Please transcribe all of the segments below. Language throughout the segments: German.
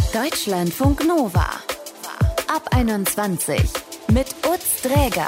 Deutschlandfunk Nova. Ab 21 mit Utz Dräger.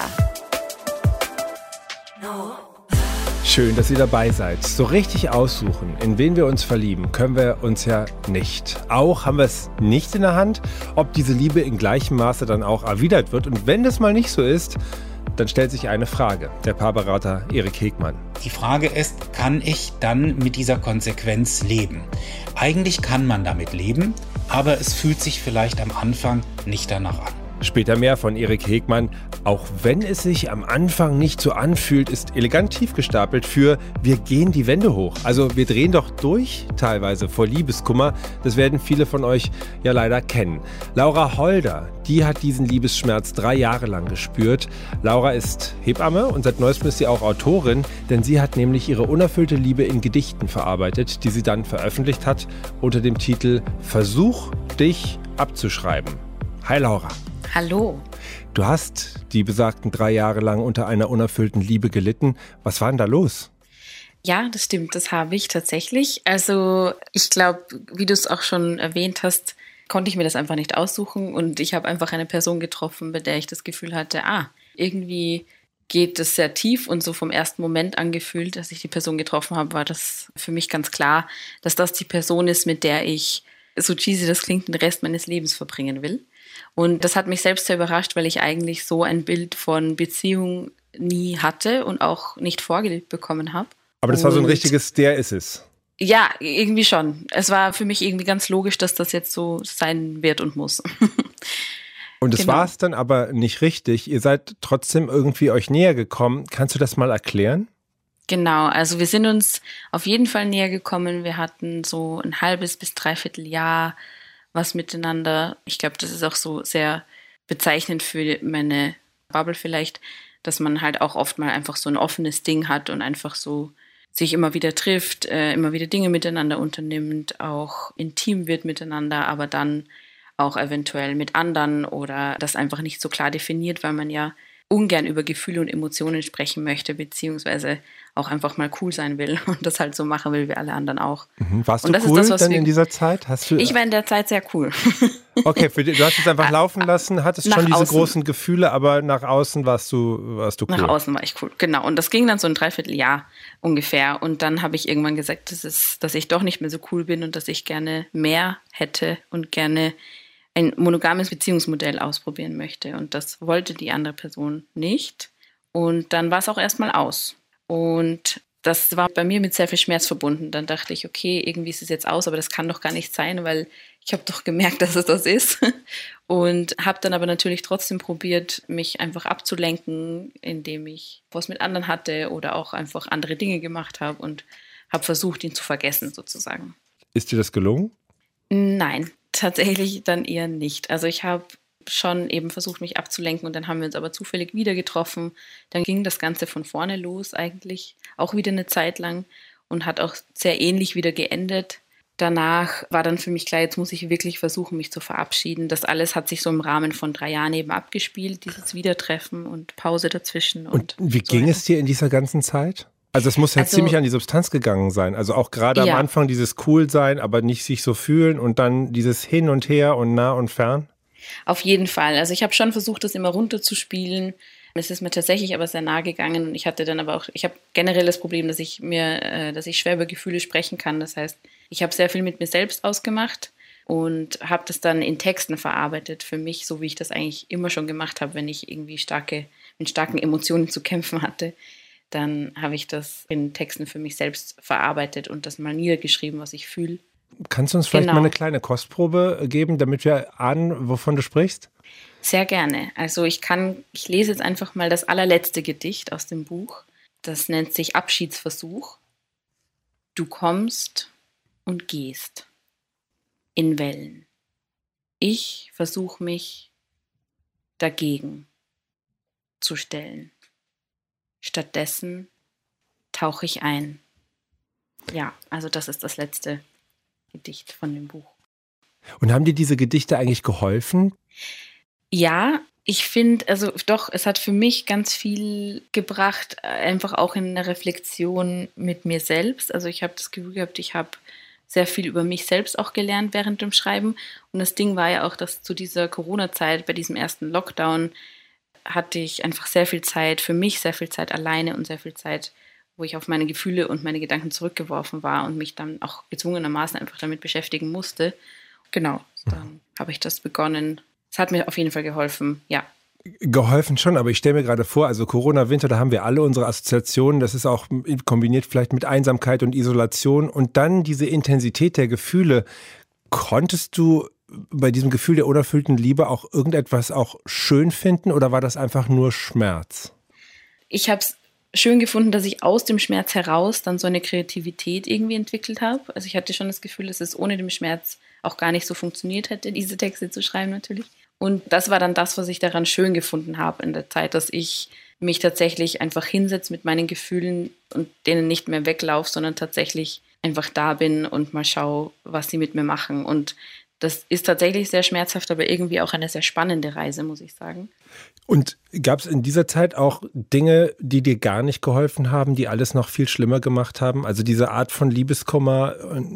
Schön, dass ihr dabei seid. So richtig aussuchen, in wen wir uns verlieben, können wir uns ja nicht. Auch haben wir es nicht in der Hand, ob diese Liebe in gleichem Maße dann auch erwidert wird. Und wenn das mal nicht so ist, dann stellt sich eine Frage. Der Paarberater Erik Hegmann. Die Frage ist, kann ich dann mit dieser Konsequenz leben? Eigentlich kann man damit leben, aber es fühlt sich vielleicht am Anfang nicht danach an. Später mehr von Erik Hegmann. Auch wenn es sich am Anfang nicht so anfühlt, ist elegant tief gestapelt für wir gehen die Wände hoch. Also wir drehen doch durch teilweise vor Liebeskummer. Das werden viele von euch ja leider kennen. Laura Holder, die hat diesen Liebesschmerz 3 Jahre lang gespürt. Laura ist Hebamme und seit neuestem ist sie auch Autorin, denn sie hat nämlich ihre unerfüllte Liebe in Gedichten verarbeitet, die sie dann veröffentlicht hat unter dem Titel Versuch, dich abzuschreiben. Hi Laura. Hallo. Du hast die besagten 3 Jahre lang unter einer unerfüllten Liebe gelitten. Was war denn da los? Ja, das stimmt, das habe ich tatsächlich. Also ich glaube, wie du es auch schon erwähnt hast, konnte ich mir das einfach nicht aussuchen und ich habe einfach eine Person getroffen, bei der ich das Gefühl hatte, irgendwie geht es sehr tief und so vom ersten Moment angefühlt, als ich die Person getroffen habe, war das für mich ganz klar, dass das die Person ist, mit der ich, so cheesy das klingt, den Rest meines Lebens verbringen will. Und das hat mich selbst sehr überrascht, weil ich eigentlich so ein Bild von Beziehung nie hatte und auch nicht vorgelebt bekommen habe. Aber das war so ein richtiges Der ist es. Ja, irgendwie schon. Es war für mich irgendwie ganz logisch, dass das jetzt so sein wird und muss. Und es war es dann aber nicht richtig. Ihr seid trotzdem irgendwie euch näher gekommen. Kannst du das mal erklären? Genau, also wir sind uns auf jeden Fall näher gekommen. Wir hatten so ein halbes bis 3/4 Jahr was miteinander. Ich glaube, das ist auch so sehr bezeichnend für meine Bubble vielleicht, dass man halt auch oft mal einfach so ein offenes Ding hat und einfach so sich immer wieder trifft, immer wieder Dinge miteinander unternimmt, auch intim wird miteinander, aber dann auch eventuell mit anderen oder das einfach nicht so klar definiert, weil man ja ungern über Gefühle und Emotionen sprechen möchte, beziehungsweise auch einfach mal cool sein will und das halt so machen will wie alle anderen auch. Warst du cool denn in dieser Zeit? Ich war in der Zeit sehr cool. Okay, du hast es einfach laufen lassen, hattest schon diese großen Gefühle, aber nach außen warst du cool. Nach außen war ich cool, genau. Und das ging dann so ein 3/4 Jahr ungefähr. Und dann habe ich irgendwann gesagt, dass ich doch nicht mehr so cool bin und dass ich gerne mehr hätte und gerne ein monogames Beziehungsmodell ausprobieren möchte. Und das wollte die andere Person nicht. Und dann war es auch erstmal aus. Und das war bei mir mit sehr viel Schmerz verbunden. Dann dachte ich, okay, irgendwie ist es jetzt aus, aber das kann doch gar nicht sein, weil ich habe doch gemerkt, dass es das ist. Und habe dann aber natürlich trotzdem probiert, mich einfach abzulenken, indem ich was mit anderen hatte oder auch einfach andere Dinge gemacht habe und habe versucht, ihn zu vergessen sozusagen. Ist dir das gelungen? Nein, tatsächlich dann eher nicht. Also ich habe schon eben versucht, mich abzulenken und dann haben wir uns aber zufällig wieder getroffen. Dann ging das Ganze von vorne los eigentlich, auch wieder eine Zeit lang und hat auch sehr ähnlich wieder geendet. Danach war dann für mich klar, jetzt muss ich wirklich versuchen, mich zu verabschieden. Das alles hat sich so im Rahmen von 3 Jahren eben abgespielt, dieses Wiedertreffen und Pause dazwischen. Und wie so ging es dir in dieser ganzen Zeit? Also es muss ja ziemlich an die Substanz gegangen sein. Also auch gerade am Anfang dieses Cool-Sein, aber nicht sich so fühlen und dann dieses Hin und Her und nah und fern. Auf jeden Fall. Also ich habe schon versucht, das immer runterzuspielen. Es ist mir tatsächlich aber sehr nahe gegangen. Und ich hatte dann aber auch, ich habe generell das Problem, dass ich schwer über Gefühle sprechen kann. Das heißt, ich habe sehr viel mit mir selbst ausgemacht und habe das dann in Texten verarbeitet für mich, so wie ich das eigentlich immer schon gemacht habe, wenn ich irgendwie mit starken Emotionen zu kämpfen hatte. Dann habe ich das in Texten für mich selbst verarbeitet und das mal niedergeschrieben, was ich fühle. Kannst du uns vielleicht mal eine kleine Kostprobe geben, damit wir ahnen, wovon du sprichst? Sehr gerne. Also ich lese jetzt einfach mal das allerletzte Gedicht aus dem Buch. Das nennt sich Abschiedsversuch. Du kommst und gehst in Wellen. Ich versuche mich dagegen zu stellen. Stattdessen tauche ich ein. Ja, also das ist das letzte Gedicht von dem Buch. Und haben dir diese Gedichte eigentlich geholfen? Ja, ich finde, also doch, es hat für mich ganz viel gebracht, einfach auch in der Reflexion mit mir selbst. Also ich habe das Gefühl gehabt, ich habe sehr viel über mich selbst auch gelernt während dem Schreiben. Und das Ding war ja auch, dass zu dieser Corona-Zeit, bei diesem ersten Lockdown, hatte ich einfach sehr viel Zeit für mich, sehr viel Zeit alleine und sehr viel Zeit, wo ich auf meine Gefühle und meine Gedanken zurückgeworfen war und mich dann auch gezwungenermaßen einfach damit beschäftigen musste. Genau, dann habe ich das begonnen. Es hat mir auf jeden Fall geholfen, ja. Geholfen schon, aber ich stelle mir gerade vor, also Corona-Winter, da haben wir alle unsere Assoziationen, das ist auch kombiniert vielleicht mit Einsamkeit und Isolation und dann diese Intensität der Gefühle. Konntest du bei diesem Gefühl der unerfüllten Liebe auch irgendetwas auch schön finden oder war das einfach nur Schmerz? Ich habe es schön gefunden, dass ich aus dem Schmerz heraus dann so eine Kreativität irgendwie entwickelt habe. Also ich hatte schon das Gefühl, dass es ohne den Schmerz auch gar nicht so funktioniert hätte, diese Texte zu schreiben natürlich. Und das war dann das, was ich daran schön gefunden habe in der Zeit, dass ich mich tatsächlich einfach hinsetze mit meinen Gefühlen und denen nicht mehr weglaufe, sondern tatsächlich einfach da bin und mal schaue, was sie mit mir machen. Und das ist tatsächlich sehr schmerzhaft, aber irgendwie auch eine sehr spannende Reise, muss ich sagen. Und gab es in dieser Zeit auch Dinge, die dir gar nicht geholfen haben, die alles noch viel schlimmer gemacht haben? Also diese Art von Liebeskummer,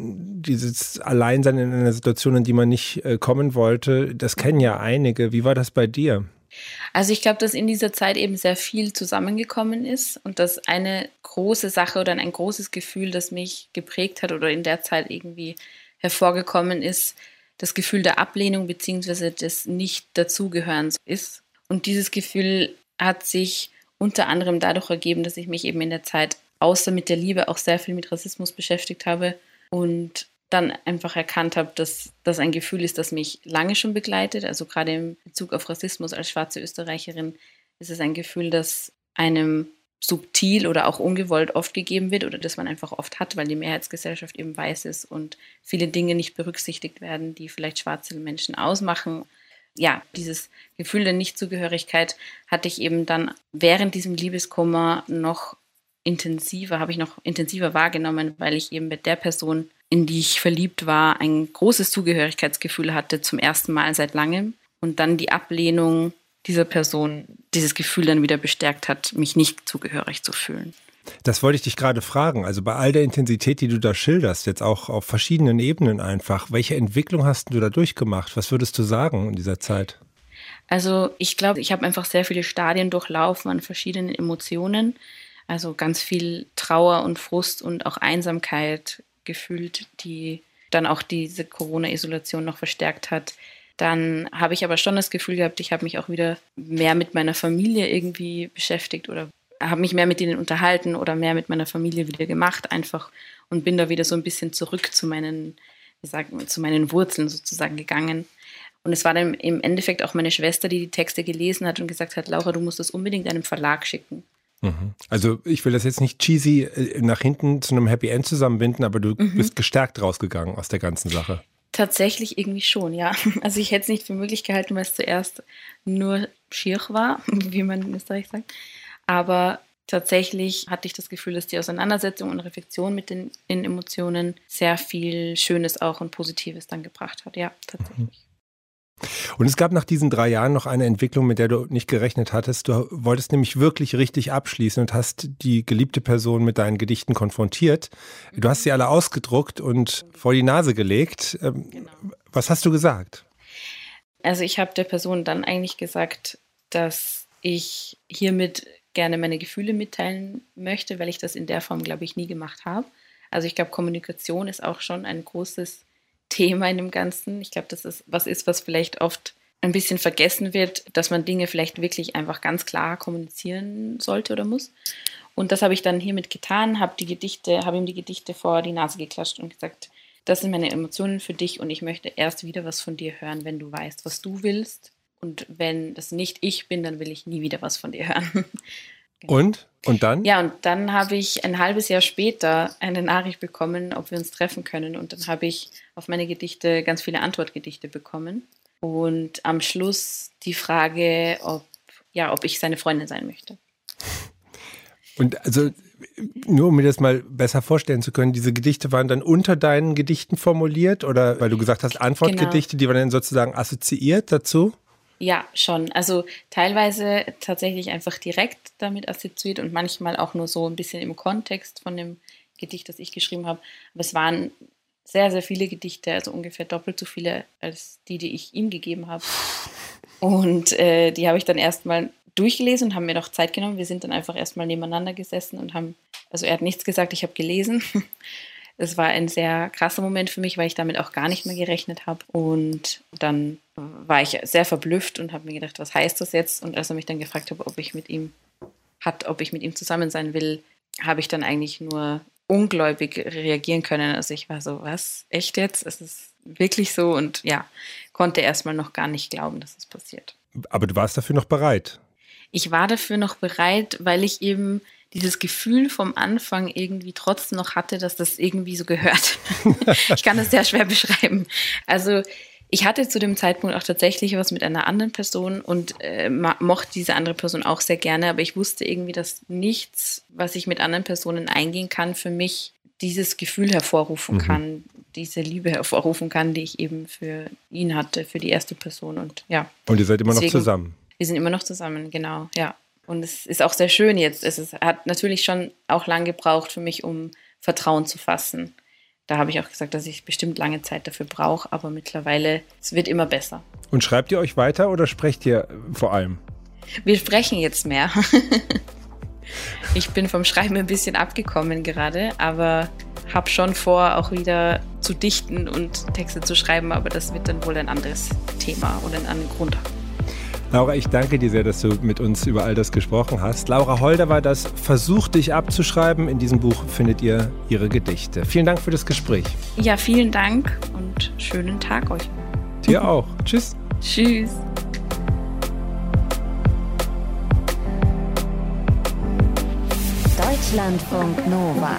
dieses Alleinsein in einer Situation, in die man nicht kommen wollte, das kennen ja einige. Wie war das bei dir? Also ich glaube, dass in dieser Zeit eben sehr viel zusammengekommen ist und dass eine große Sache oder ein großes Gefühl, das mich geprägt hat oder in der Zeit irgendwie hervorgekommen ist, das Gefühl der Ablehnung bzw. des Nicht-Dazugehörens ist. Und dieses Gefühl hat sich unter anderem dadurch ergeben, dass ich mich eben in der Zeit außer mit der Liebe auch sehr viel mit Rassismus beschäftigt habe und dann einfach erkannt habe, dass das ein Gefühl ist, das mich lange schon begleitet. Also gerade in Bezug auf Rassismus als schwarze Österreicherin ist es ein Gefühl, das einem subtil oder auch ungewollt oft gegeben wird oder das man einfach oft hat, weil die Mehrheitsgesellschaft eben weiß ist und viele Dinge nicht berücksichtigt werden, die vielleicht schwarze Menschen ausmachen. Ja, dieses Gefühl der Nichtzugehörigkeit hatte ich eben dann während diesem Liebeskummer noch intensiver wahrgenommen, weil ich eben mit der Person, in die ich verliebt war, ein großes Zugehörigkeitsgefühl hatte, zum ersten Mal seit langem. Und dann die Ablehnung dieser Person dieses Gefühl dann wieder bestärkt hat, mich nicht zugehörig zu fühlen. Das wollte ich dich gerade fragen. Also bei all der Intensität, die du da schilderst, jetzt auch auf verschiedenen Ebenen einfach, welche Entwicklung hast du da durchgemacht? Was würdest du sagen in dieser Zeit? Also ich glaube, ich habe einfach sehr viele Stadien durchlaufen an verschiedenen Emotionen. Also ganz viel Trauer und Frust und auch Einsamkeit gefühlt, die dann auch diese Corona-Isolation noch verstärkt hat. Dann habe ich aber schon das Gefühl gehabt, ich habe mich auch wieder mehr mit meiner Familie irgendwie beschäftigt oder habe mich mehr mit ihnen unterhalten oder mehr mit meiner Familie wieder gemacht einfach und bin da wieder so ein bisschen zurück zu meinen Wurzeln sozusagen gegangen. Und es war dann im Endeffekt auch meine Schwester, die die Texte gelesen hat und gesagt hat, Laura, du musst das unbedingt einem Verlag schicken. Also ich will das jetzt nicht cheesy nach hinten zu einem Happy End zusammenbinden, aber du bist gestärkt rausgegangen aus der ganzen Sache. Tatsächlich irgendwie schon, ja. Also ich hätte es nicht für möglich gehalten, weil es zuerst nur schier war, wie man in Österreich sagt. Aber tatsächlich hatte ich das Gefühl, dass die Auseinandersetzung und Reflexion mit den Emotionen sehr viel Schönes auch und Positives dann gebracht hat. Ja, tatsächlich. Und es gab nach diesen 3 Jahren noch eine Entwicklung, mit der du nicht gerechnet hattest. Du wolltest nämlich wirklich richtig abschließen und hast die geliebte Person mit deinen Gedichten konfrontiert. Du hast sie alle ausgedruckt und vor die Nase gelegt. Genau. Was hast du gesagt? Also ich habe der Person dann eigentlich gesagt, dass ich hiermit gerne meine Gefühle mitteilen möchte, weil ich das in der Form, glaube ich, nie gemacht habe. Also ich glaube, Kommunikation ist auch schon ein großes Thema in dem Ganzen. Ich glaube, das ist was vielleicht oft ein bisschen vergessen wird, dass man Dinge vielleicht wirklich einfach ganz klar kommunizieren sollte oder muss. Und das habe ich dann hiermit getan, habe ihm die Gedichte vor die Nase geklatscht und gesagt, das sind meine Emotionen für dich und ich möchte erst wieder was von dir hören, wenn du weißt, was du willst. Und wenn das nicht ich bin, dann will ich nie wieder was von dir hören. Genau. Und dann? Ja, und dann habe ich ein halbes Jahr später eine Nachricht bekommen, ob wir uns treffen können. Und dann habe ich auf meine Gedichte ganz viele Antwortgedichte bekommen. Und am Schluss die Frage, ob ich seine Freundin sein möchte. Und also, nur um mir das mal besser vorstellen zu können, diese Gedichte waren dann unter deinen Gedichten formuliert? Oder weil du gesagt hast, Antwortgedichte, genau. Die waren dann sozusagen assoziiert dazu? Ja, schon. Also teilweise tatsächlich einfach direkt damit assoziiert und manchmal auch nur so ein bisschen im Kontext von dem Gedicht, das ich geschrieben habe. Aber es waren sehr, sehr viele Gedichte, also ungefähr doppelt so viele als die ich ihm gegeben habe. Und die habe ich dann erstmal durchgelesen und haben mir noch Zeit genommen. Wir sind dann einfach erstmal nebeneinander gesessen und er hat nichts gesagt, ich habe gelesen. Es war ein sehr krasser Moment für mich, weil ich damit auch gar nicht mehr gerechnet habe. Und dann war ich sehr verblüfft und habe mir gedacht, was heißt das jetzt? Und als er mich dann gefragt hat, ob ich mit ihm zusammen sein will, habe ich dann eigentlich nur ungläubig reagieren können. Also ich war so, was? Echt jetzt? Ist es wirklich so? Und ja, konnte erstmal noch gar nicht glauben, dass es passiert. Aber du warst dafür noch bereit? Ich war dafür noch bereit, weil ich eben dieses Gefühl vom Anfang irgendwie trotzdem noch hatte, dass das irgendwie so gehört. Ich kann das sehr schwer beschreiben. Also ich hatte zu dem Zeitpunkt auch tatsächlich was mit einer anderen Person und mochte diese andere Person auch sehr gerne, aber ich wusste irgendwie, dass nichts, was ich mit anderen Personen eingehen kann, für mich dieses Gefühl hervorrufen kann, diese Liebe hervorrufen kann, die ich eben für ihn hatte, für die erste Person. Und ja. Und ihr seid immer noch zusammen? Wir sind immer noch zusammen, genau, ja. Und es ist auch sehr schön jetzt. Hat natürlich schon auch lang gebraucht für mich, um Vertrauen zu fassen. Da habe ich auch gesagt, dass ich bestimmt lange Zeit dafür brauche, aber mittlerweile, es wird immer besser. Und schreibt ihr euch weiter oder sprecht ihr vor allem? Wir sprechen jetzt mehr. Ich bin vom Schreiben ein bisschen abgekommen gerade, aber habe schon vor, auch wieder zu dichten und Texte zu schreiben, aber das wird dann wohl ein anderes Thema oder einen anderen Grund haben. Laura, ich danke dir sehr, dass du mit uns über all das gesprochen hast. Laura Holder war das. Versuch dich abzuschreiben. In diesem Buch findet ihr ihre Gedichte. Vielen Dank für das Gespräch. Ja, vielen Dank und schönen Tag euch. Dir auch. Tschüss. Tschüss. Deutschlandfunk Nova.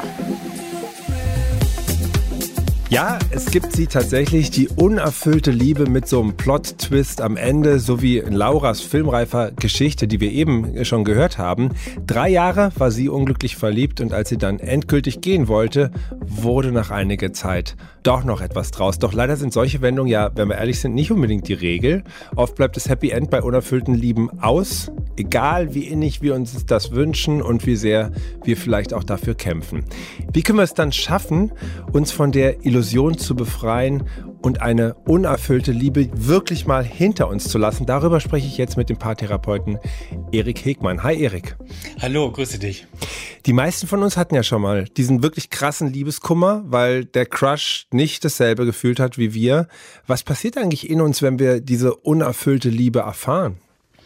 Ja, es gibt sie tatsächlich, die unerfüllte Liebe mit so einem Plot-Twist am Ende, so wie in Lauras filmreifer Geschichte, die wir eben schon gehört haben. 3 Jahre war sie unglücklich verliebt und als sie dann endgültig gehen wollte, wurde nach einiger Zeit doch noch etwas draus. Doch leider sind solche Wendungen ja, wenn wir ehrlich sind, nicht unbedingt die Regel. Oft bleibt das Happy End bei unerfüllten Lieben aus, egal wie innig wir uns das wünschen und wie sehr wir vielleicht auch dafür kämpfen. Wie können wir es dann schaffen, uns von der Illusion zu befreien und eine unerfüllte Liebe wirklich mal hinter uns zu lassen? Darüber spreche ich jetzt mit dem Paartherapeuten Erik Hegmann. Hi Erik. Hallo, grüße dich. Die meisten von uns hatten ja schon mal diesen wirklich krassen Liebeskummer, weil der Crush nicht dasselbe gefühlt hat wie wir. Was passiert eigentlich in uns, wenn wir diese unerfüllte Liebe erfahren?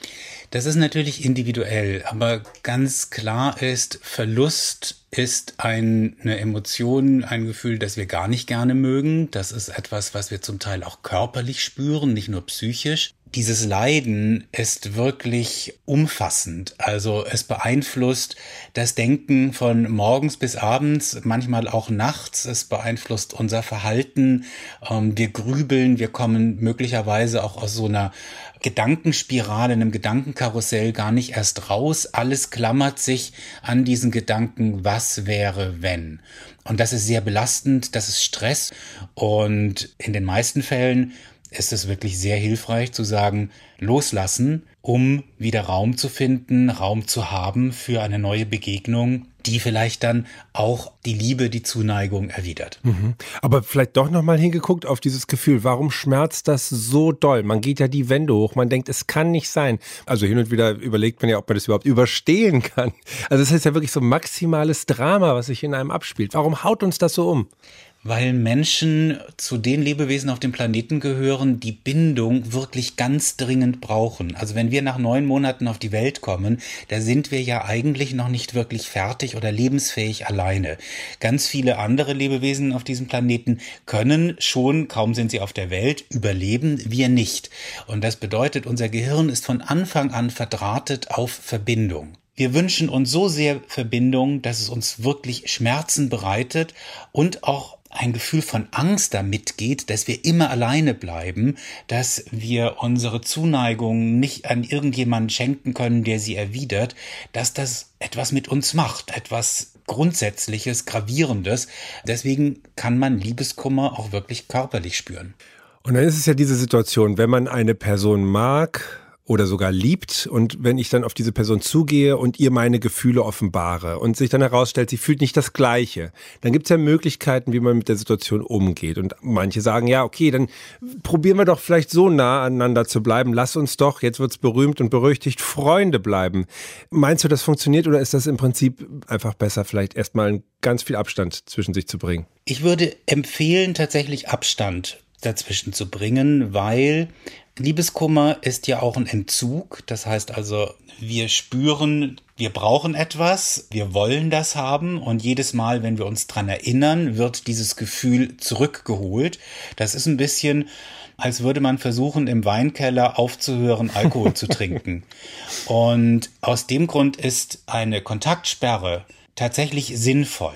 Das ist natürlich individuell, aber ganz klar ist, Verlust ist eine Emotion, ein Gefühl, das wir gar nicht gerne mögen. Das ist etwas, was wir zum Teil auch körperlich spüren, nicht nur psychisch. Dieses Leiden ist wirklich umfassend. Also es beeinflusst das Denken von morgens bis abends, manchmal auch nachts. Es beeinflusst unser Verhalten. Wir grübeln, wir kommen möglicherweise auch aus so einer Gedankenspirale, einem Gedankenkarussell gar nicht erst raus. Alles klammert sich an diesen Gedanken, was wäre, wenn. Und das ist sehr belastend, das ist Stress. Und in den meisten Fällen ist es wirklich sehr hilfreich zu sagen, loslassen, um wieder Raum zu finden, Raum zu haben für eine neue Begegnung, die vielleicht dann auch die Liebe, die Zuneigung erwidert. Aber vielleicht doch nochmal hingeguckt auf dieses Gefühl, warum schmerzt das so doll? Man geht ja die Wände hoch, man denkt, es kann nicht sein. Also hin und wieder überlegt man ja, ob man das überhaupt überstehen kann. Also es ist ja wirklich so maximales Drama, was sich in einem abspielt. Warum haut uns das so um? Weil Menschen zu den Lebewesen auf dem Planeten gehören, die Bindung wirklich ganz dringend brauchen. Also wenn wir nach 9 Monaten auf die Welt kommen, da sind wir ja eigentlich noch nicht wirklich fertig oder lebensfähig alleine. Ganz viele andere Lebewesen auf diesem Planeten können schon, kaum sind sie auf der Welt, überleben, wir nicht. Und das bedeutet, unser Gehirn ist von Anfang an verdrahtet auf Verbindung. Wir wünschen uns so sehr Verbindung, dass es uns wirklich Schmerzen bereitet und auch ein Gefühl von Angst damit geht, dass wir immer alleine bleiben, dass wir unsere Zuneigung nicht an irgendjemanden schenken können, der sie erwidert, dass das etwas mit uns macht, etwas Grundsätzliches, Gravierendes. Deswegen kann man Liebeskummer auch wirklich körperlich spüren. Und dann ist es ja diese Situation, wenn man eine Person mag oder sogar liebt und wenn ich dann auf diese Person zugehe und ihr meine Gefühle offenbare und sich dann herausstellt, sie fühlt nicht das Gleiche, dann gibt es ja Möglichkeiten, wie man mit der Situation umgeht. Und manche sagen, ja, okay, dann probieren wir doch vielleicht so nah aneinander zu bleiben. Lass uns doch, jetzt wird's berühmt und berüchtigt, Freunde bleiben. Meinst du, das funktioniert oder ist das im Prinzip einfach besser, vielleicht erstmal ganz viel Abstand zwischen sich zu bringen? Ich würde empfehlen, tatsächlich Abstand dazwischen zu bringen, weil Liebeskummer ist ja auch ein Entzug. Das heißt also, wir spüren, wir brauchen etwas, wir wollen das haben und jedes Mal, wenn wir uns dran erinnern, wird dieses Gefühl zurückgeholt. Das ist ein bisschen, als würde man versuchen, im Weinkeller aufzuhören, Alkohol zu trinken. Und aus dem Grund ist eine Kontaktsperre tatsächlich sinnvoll.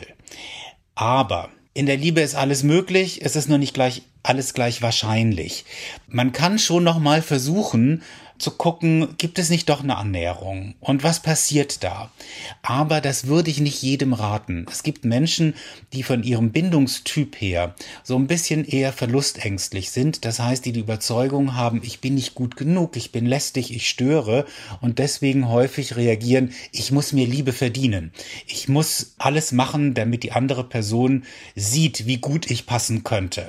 Aber in der Liebe ist alles möglich, es ist nur nicht alles gleich wahrscheinlich. Man kann schon noch mal versuchen zu gucken, gibt es nicht doch eine Annäherung und was passiert da? Aber das würde ich nicht jedem raten. Es gibt Menschen, die von ihrem Bindungstyp her so ein bisschen eher verlustängstlich sind. Das heißt, die Überzeugung haben, ich bin nicht gut genug, ich bin lästig, ich störe und deswegen häufig reagieren, ich muss mir Liebe verdienen. Ich muss alles machen, damit die andere Person sieht, wie gut ich passen könnte.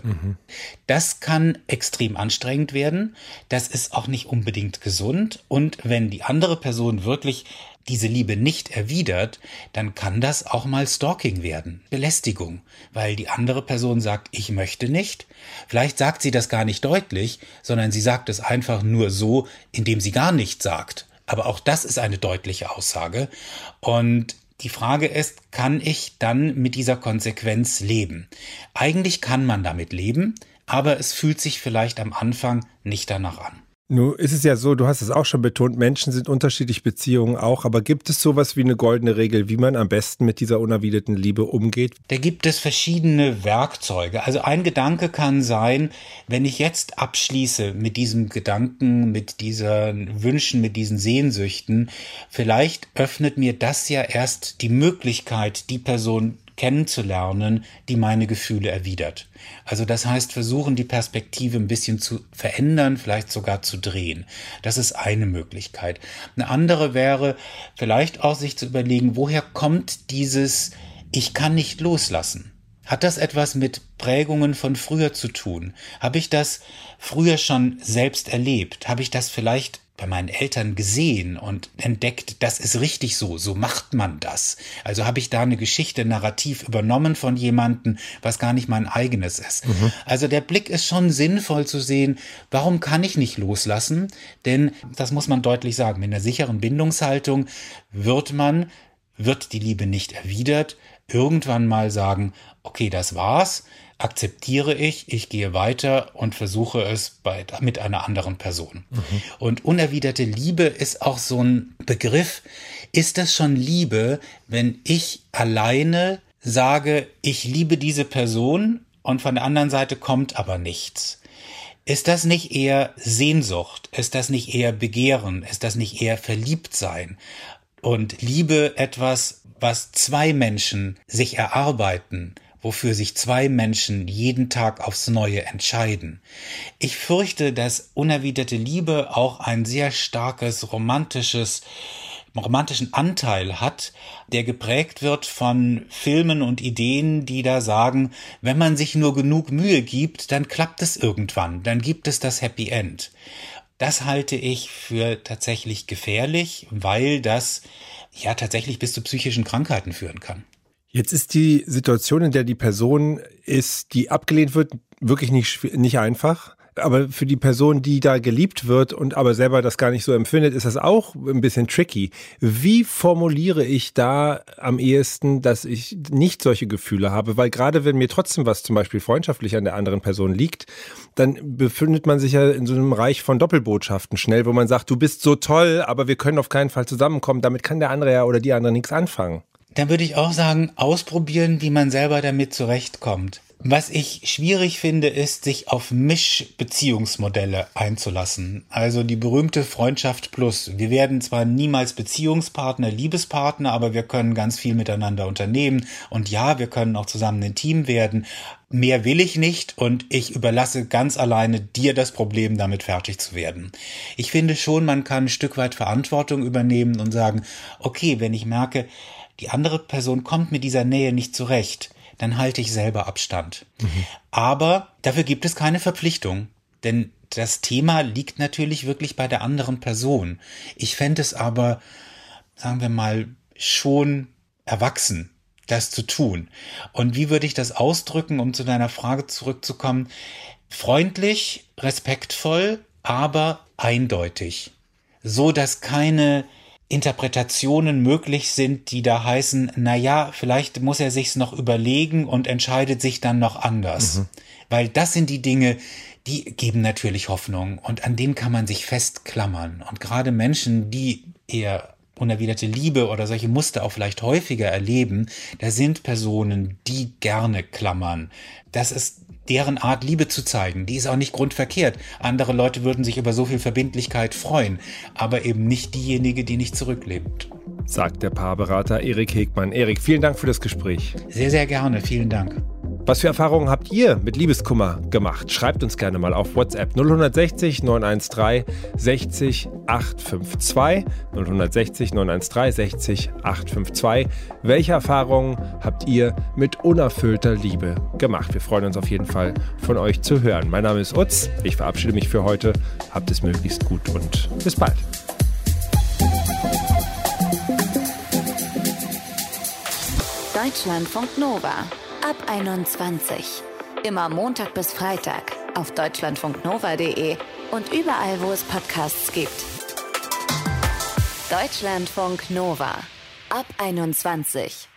Das kann extrem anstrengend werden. Das ist auch nicht unbedingt gesund. Und wenn die andere Person wirklich diese Liebe nicht erwidert, dann kann das auch mal Stalking werden, Belästigung, weil die andere Person sagt, ich möchte nicht. Vielleicht sagt sie das gar nicht deutlich, sondern sie sagt es einfach nur so, indem sie gar nichts sagt. Aber auch das ist eine deutliche Aussage. Und die Frage ist, kann ich dann mit dieser Konsequenz leben? Eigentlich kann man damit leben, aber es fühlt sich vielleicht am Anfang nicht danach an. Nun ist es ja so, du hast es auch schon betont, Menschen sind unterschiedlich, Beziehungen auch, aber gibt es sowas wie eine goldene Regel, wie man am besten mit dieser unerwiderten Liebe umgeht? Da gibt es verschiedene Werkzeuge. Also ein Gedanke kann sein, wenn ich jetzt abschließe mit diesem Gedanken, mit diesen Wünschen, mit diesen Sehnsüchten, vielleicht öffnet mir das ja erst die Möglichkeit, die Person kennenzulernen, die meine Gefühle erwidert. Also das heißt, versuchen die Perspektive ein bisschen zu verändern, vielleicht sogar zu drehen. Das ist eine Möglichkeit. Eine andere wäre vielleicht auch sich zu überlegen, woher kommt dieses Ich kann nicht loslassen? Hat das etwas mit Prägungen von früher zu tun? Habe ich das früher schon selbst erlebt? Habe ich das vielleicht bei meinen Eltern gesehen und entdeckt, das ist richtig so, so macht man das. Also habe ich da eine Geschichte, narrativ übernommen von jemandem, was gar nicht mein eigenes ist. Also der Blick ist schon sinnvoll zu sehen, warum kann ich nicht loslassen? Denn, das muss man deutlich sagen, mit einer sicheren Bindungshaltung wird die Liebe nicht erwidert, irgendwann mal sagen, okay, das war's, akzeptiere ich gehe weiter und versuche es mit einer anderen Person. Und unerwiderte Liebe ist auch so ein Begriff. Ist das schon Liebe, wenn ich alleine sage, ich liebe diese Person und von der anderen Seite kommt aber nichts? Ist das nicht eher Sehnsucht? Ist das nicht eher Begehren? Ist das nicht eher Verliebtsein? Und Liebe etwas, was zwei Menschen sich erarbeiten, wofür sich zwei Menschen jeden Tag aufs Neue entscheiden. Ich fürchte, dass unerwiderte Liebe auch ein sehr starkes romantischen Anteil hat, der geprägt wird von Filmen und Ideen, die da sagen, wenn man sich nur genug Mühe gibt, dann klappt es irgendwann, dann gibt es das Happy End. Das halte ich für tatsächlich gefährlich, weil das ja tatsächlich bis zu psychischen Krankheiten führen kann. Jetzt ist die Situation, in der die Person ist, die abgelehnt wird, wirklich nicht einfach. Aber für die Person, die da geliebt wird und aber selber das gar nicht so empfindet, ist das auch ein bisschen tricky. Wie formuliere ich da am ehesten, dass ich nicht solche Gefühle habe? Weil gerade wenn mir trotzdem was zum Beispiel freundschaftlich an der anderen Person liegt, dann befindet man sich ja in so einem Reich von Doppelbotschaften schnell, wo man sagt, du bist so toll, aber wir können auf keinen Fall zusammenkommen. Damit kann der andere ja oder die andere nichts anfangen. Dann würde ich auch sagen, ausprobieren, wie man selber damit zurechtkommt. Was ich schwierig finde, ist, sich auf Mischbeziehungsmodelle einzulassen. Also die berühmte Freundschaft plus. Wir werden zwar niemals Beziehungspartner, Liebespartner, aber wir können ganz viel miteinander unternehmen. Und ja, wir können auch zusammen ein Team werden. Mehr will ich nicht und ich überlasse ganz alleine dir das Problem, damit fertig zu werden. Ich finde schon, man kann ein Stück weit Verantwortung übernehmen und sagen, okay, wenn ich merke, die andere Person kommt mit dieser Nähe nicht zurecht, dann halte ich selber Abstand. Aber dafür gibt es keine Verpflichtung, denn das Thema liegt natürlich wirklich bei der anderen Person. Ich fände es aber, sagen wir mal, schon erwachsen, das zu tun. Und wie würde ich das ausdrücken, um zu deiner Frage zurückzukommen? Freundlich, respektvoll, aber eindeutig. So, dass keine Interpretationen möglich sind, die da heißen, naja, vielleicht muss er sich's noch überlegen und entscheidet sich dann noch anders. Weil das sind die Dinge, die geben natürlich Hoffnung und an denen kann man sich festklammern. Und gerade Menschen, die eher unerwiderte Liebe oder solche Muster auch vielleicht häufiger erleben, da sind Personen, die gerne klammern. Das ist deren Art, Liebe zu zeigen. Die ist auch nicht grundverkehrt. Andere Leute würden sich über so viel Verbindlichkeit freuen, aber eben nicht diejenige, die nicht zurücklebt. Sagt der Paarberater Erik Hegmann. Erik, vielen Dank für das Gespräch. Sehr, sehr gerne. Vielen Dank. Was für Erfahrungen habt ihr mit Liebeskummer gemacht? Schreibt uns gerne mal auf WhatsApp 0160 913 60 852 060 913 60 852. Welche Erfahrungen habt ihr mit unerfüllter Liebe gemacht? Wir freuen uns auf jeden Fall, von euch zu hören. Mein Name ist Utz. Ich verabschiede mich für heute. Habt es möglichst gut und bis bald. Deutschlandfunk Nova. Ab 21. Immer Montag bis Freitag auf deutschlandfunknova.de und überall, wo es Podcasts gibt. Deutschlandfunk Nova. Ab 21.